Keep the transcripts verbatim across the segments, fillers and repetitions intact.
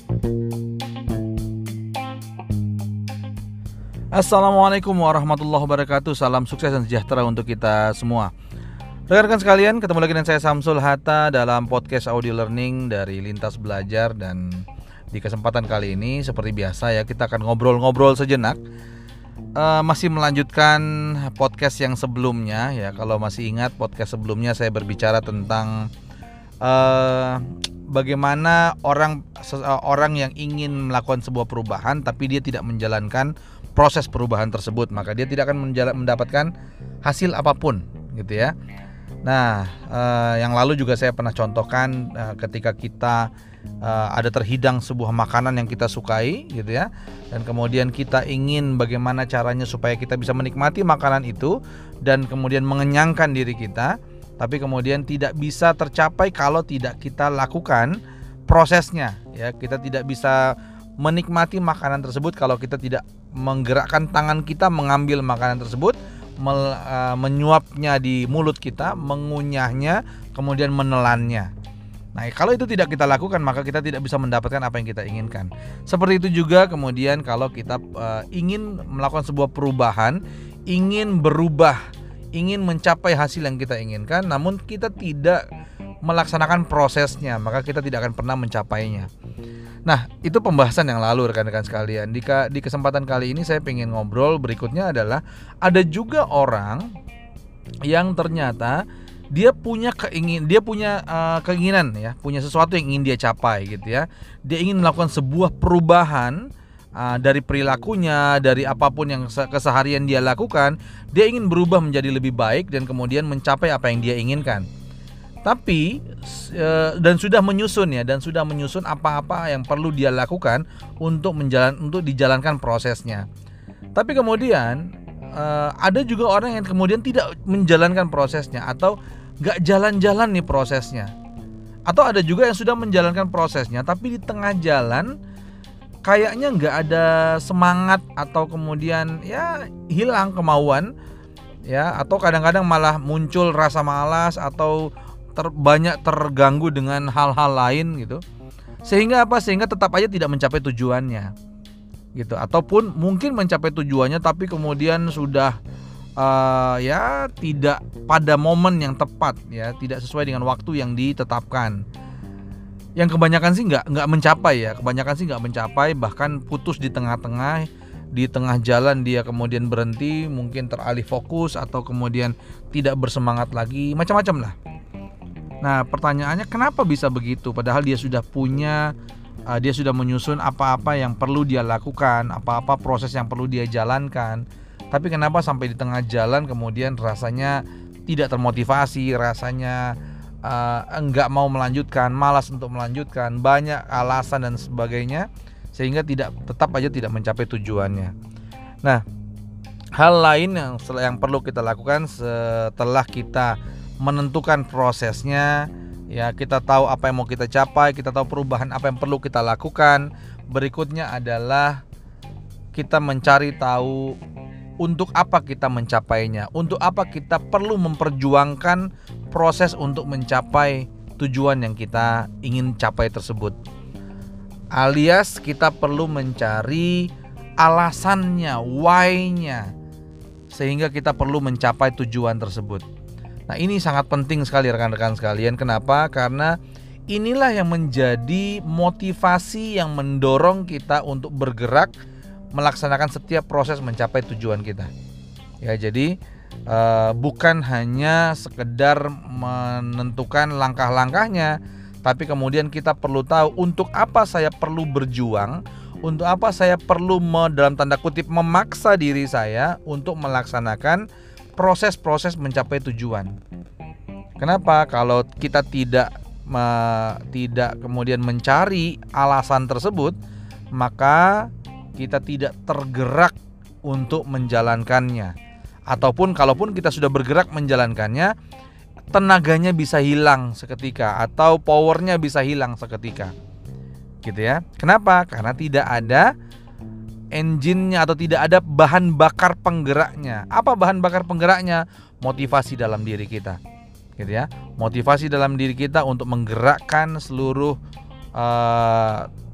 Assalamualaikum warahmatullahi wabarakatuh. Salam sukses dan sejahtera untuk kita semua. Rekan-rekan sekalian, ketemu lagi dengan saya Samsul Hatta dalam podcast audio learning dari Lintas Belajar. Dan di kesempatan kali ini seperti biasa ya, kita akan ngobrol-ngobrol sejenak. uh, Masih melanjutkan podcast yang sebelumnya ya. Kalau masih ingat, podcast sebelumnya saya berbicara tentang uh, bagaimana orang orang yang ingin melakukan sebuah perubahan tapi dia tidak menjalankan proses perubahan tersebut, maka dia tidak akan menjala- mendapatkan hasil apapun gitu ya. Nah, eh, yang lalu juga saya pernah contohkan eh, ketika kita eh, ada terhidang sebuah makanan yang kita sukai gitu ya, dan kemudian kita ingin bagaimana caranya supaya kita bisa menikmati makanan itu dan kemudian mengenyangkan diri kita, tapi kemudian tidak bisa tercapai kalau tidak kita lakukan prosesnya ya. Kita tidak bisa menikmati makanan tersebut kalau kita tidak menggerakkan tangan kita mengambil makanan tersebut, mel, uh, menyuapnya di mulut kita, mengunyahnya, kemudian menelannya. Nah, kalau itu tidak kita lakukan, maka kita tidak bisa mendapatkan apa yang kita inginkan. Seperti itu juga kemudian kalau kita uh, ingin melakukan sebuah perubahan, ingin berubah, ingin mencapai hasil yang kita inginkan, namun kita tidak melaksanakan prosesnya, maka kita tidak akan pernah mencapainya. Nah, itu pembahasan yang lalu rekan-rekan sekalian. Di, di kesempatan kali ini saya pengen ngobrol berikutnya adalah ada juga orang yang ternyata dia punya keingin, dia punya uh, keinginan ya, punya sesuatu yang ingin dia capai gitu ya. Dia ingin melakukan sebuah perubahan uh, dari perilakunya, dari apapun yang keseharian dia lakukan. Dia ingin berubah menjadi lebih baik dan kemudian mencapai apa yang dia inginkan. Tapi dan sudah menyusun ya dan sudah menyusun apa-apa yang perlu dia lakukan untuk menjalan untuk dijalankan prosesnya. Tapi kemudian ada juga orang yang kemudian tidak menjalankan prosesnya atau nggak jalan-jalan nih prosesnya. Atau ada juga yang sudah menjalankan prosesnya tapi di tengah jalan kayaknya nggak ada semangat atau kemudian ya hilang kemauan ya, atau kadang-kadang malah muncul rasa malas atau ter, banyak terganggu dengan hal-hal lain gitu, sehingga apa sehingga tetap aja tidak mencapai tujuannya gitu, ataupun mungkin mencapai tujuannya tapi kemudian sudah uh, ya tidak pada momen yang tepat ya, tidak sesuai dengan waktu yang ditetapkan. Yang kebanyakan sih nggak nggak mencapai ya, kebanyakan sih nggak mencapai, bahkan putus di tengah-tengah, di tengah jalan dia kemudian berhenti, mungkin teralih fokus atau kemudian tidak bersemangat lagi, macam-macam lah. Nah, pertanyaannya kenapa bisa begitu? Padahal dia sudah punya, uh, dia sudah menyusun apa-apa yang perlu dia lakukan, apa-apa proses yang perlu dia jalankan. Tapi kenapa sampai di tengah jalan kemudian rasanya tidak termotivasi, rasanya uh, enggak mau melanjutkan, malas untuk melanjutkan, banyak alasan dan sebagainya, sehingga tidak tetap aja tidak mencapai tujuannya. Nah, hal lain yang yang perlu kita lakukan setelah kita menentukan prosesnya ya, kita tahu apa yang mau kita capai, kita tahu perubahan apa yang perlu kita lakukan. Berikutnya adalah kita mencari tahu untuk apa kita mencapainya, untuk apa kita perlu memperjuangkan proses untuk mencapai tujuan yang kita ingin capai tersebut. Alias kita perlu mencari alasannya, why-nya, sehingga kita perlu mencapai tujuan tersebut. Nah, ini sangat penting sekali rekan-rekan sekalian. Kenapa? Karena inilah yang menjadi motivasi yang mendorong kita untuk bergerak melaksanakan setiap proses mencapai tujuan kita. Ya, jadi uh, bukan hanya sekedar menentukan langkah-langkahnya, tapi kemudian kita perlu tahu untuk apa saya perlu berjuang, untuk apa saya perlu me, dalam tanda kutip memaksa diri saya untuk melaksanakan proses-proses mencapai tujuan. Kenapa? Kalau kita tidak me, tidak kemudian mencari alasan tersebut, maka kita tidak tergerak untuk menjalankannya. Ataupun kalaupun kita sudah bergerak menjalankannya, tenaganya bisa hilang seketika atau powernya bisa hilang seketika. Gitu ya. Kenapa? Karena tidak ada engine-nya atau tidak ada bahan bakar penggeraknya. Apa bahan bakar penggeraknya? Motivasi dalam diri kita, gitu ya. Motivasi dalam diri kita untuk menggerakkan seluruh uh,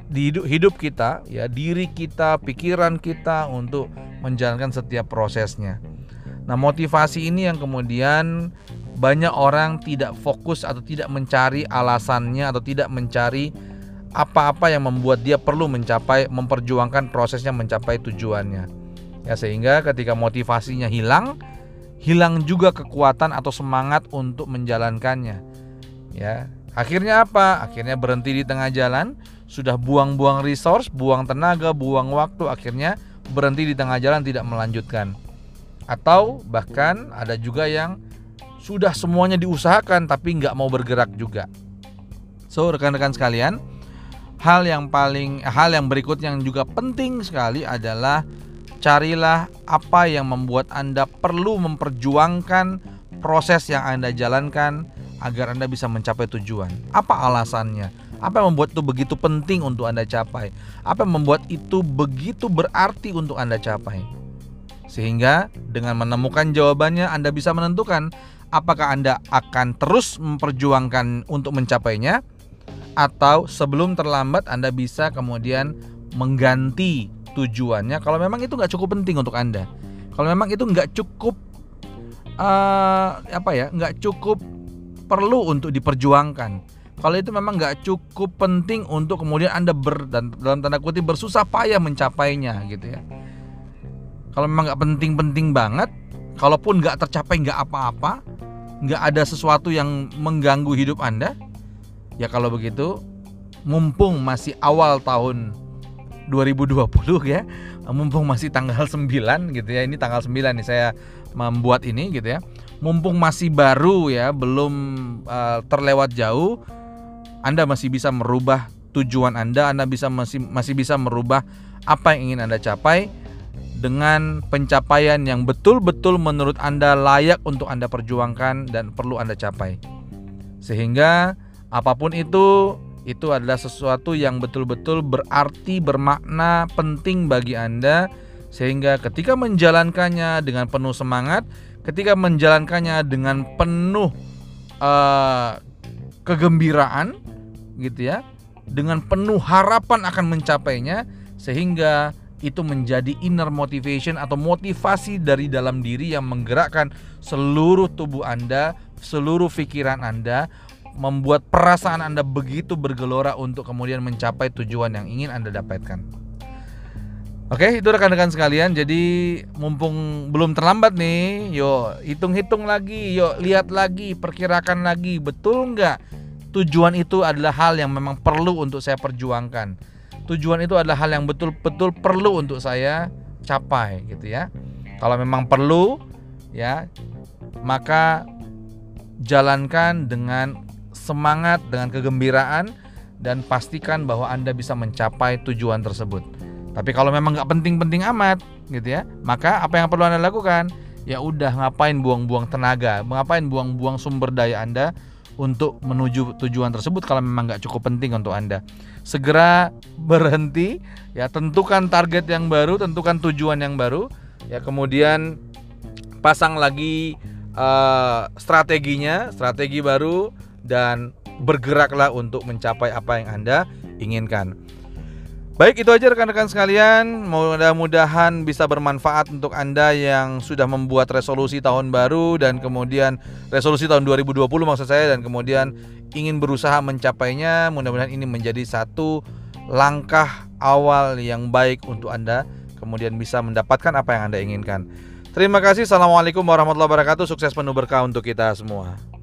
di hidup, hidup kita, ya, diri kita, pikiran kita untuk menjalankan setiap prosesnya. Nah, motivasi ini yang kemudian banyak orang tidak fokus atau tidak mencari alasannya atau tidak mencari apa-apa yang membuat dia perlu mencapai, memperjuangkan prosesnya mencapai tujuannya. Ya, sehingga ketika motivasinya hilang, hilang juga kekuatan atau semangat untuk menjalankannya. Ya, akhirnya apa? Akhirnya berhenti di tengah jalan, sudah buang-buang resource, buang tenaga, buang waktu, akhirnya berhenti di tengah jalan tidak melanjutkan. Atau bahkan ada juga yang sudah semuanya diusahakan tapi nggak mau bergerak juga. So, rekan-rekan sekalian, hal yang paling hal yang berikutnya yang juga penting sekali adalah carilah apa yang membuat Anda perlu memperjuangkan proses yang Anda jalankan agar Anda bisa mencapai tujuan. Apa alasannya? Apa yang membuat itu begitu penting untuk Anda capai? Apa yang membuat itu begitu berarti untuk Anda capai? Sehingga dengan menemukan jawabannya Anda bisa menentukan apakah Anda akan terus memperjuangkan untuk mencapainya, atau sebelum terlambat Anda bisa kemudian mengganti tujuannya kalau memang itu nggak cukup penting untuk Anda. Kalau memang itu nggak cukup uh, apa ya, nggak cukup perlu untuk diperjuangkan. Kalau itu memang nggak cukup penting untuk kemudian Anda ber, dan dalam tanda kutip bersusah payah mencapainya, gitu ya. Kalau memang nggak penting-penting banget, kalaupun nggak tercapai nggak apa-apa, nggak ada sesuatu yang mengganggu hidup Anda, ya kalau begitu, mumpung masih awal tahun dua ribu dua puluh ya, mumpung masih tanggal sembilan gitu ya, ini tanggal sembilan nih saya membuat ini gitu ya, mumpung masih baru ya, belum uh, terlewat jauh, Anda masih bisa merubah tujuan Anda, Anda bisa masih masih bisa merubah apa yang ingin Anda capai dengan pencapaian yang betul-betul menurut Anda layak untuk Anda perjuangkan dan perlu Anda capai. Sehingga apapun itu, itu adalah sesuatu yang betul-betul berarti, bermakna, penting bagi Anda. Sehingga ketika menjalankannya dengan penuh semangat, ketika menjalankannya dengan penuh uh, kegembiraan, gitu ya, dengan penuh harapan akan mencapainya, sehingga itu menjadi inner motivation atau motivasi dari dalam diri yang menggerakkan seluruh tubuh Anda, seluruh pikiran Anda, membuat perasaan Anda begitu bergelora untuk kemudian mencapai tujuan yang ingin Anda dapatkan. Oke, itu rekan-rekan sekalian. Jadi mumpung belum terlambat nih, yuk hitung-hitung lagi, yuk lihat lagi, perkirakan lagi, betul nggak tujuan itu adalah hal yang memang perlu untuk saya perjuangkan. Tujuan itu adalah hal yang betul-betul perlu untuk saya capai, gitu ya. Kalau memang perlu, ya, maka jalankan dengan semangat, dengan kegembiraan, dan pastikan bahwa Anda bisa mencapai tujuan tersebut. Tapi kalau memang nggak penting-penting amat, gitu ya, maka apa yang perlu Anda lakukan? Ya udah, ngapain buang-buang tenaga, ngapain buang-buang sumber daya Anda untuk menuju tujuan tersebut kalau memang nggak cukup penting untuk Anda. Segera berhenti, ya, tentukan target yang baru, tentukan tujuan yang baru, ya, kemudian pasang lagi uh, strateginya, strategi baru, dan bergeraklah untuk mencapai apa yang Anda inginkan. Baik, itu aja rekan-rekan sekalian. Mudah-mudahan bisa bermanfaat untuk Anda yang sudah membuat resolusi tahun baru dan kemudian resolusi tahun dua ribu dua puluh maksud saya, dan kemudian ingin berusaha mencapainya. Mudah-mudahan ini menjadi satu langkah awal yang baik untuk Anda kemudian bisa mendapatkan apa yang Anda inginkan. Terima kasih. Assalamualaikum warahmatullahi wabarakatuh. Sukses penuh berkah untuk kita semua.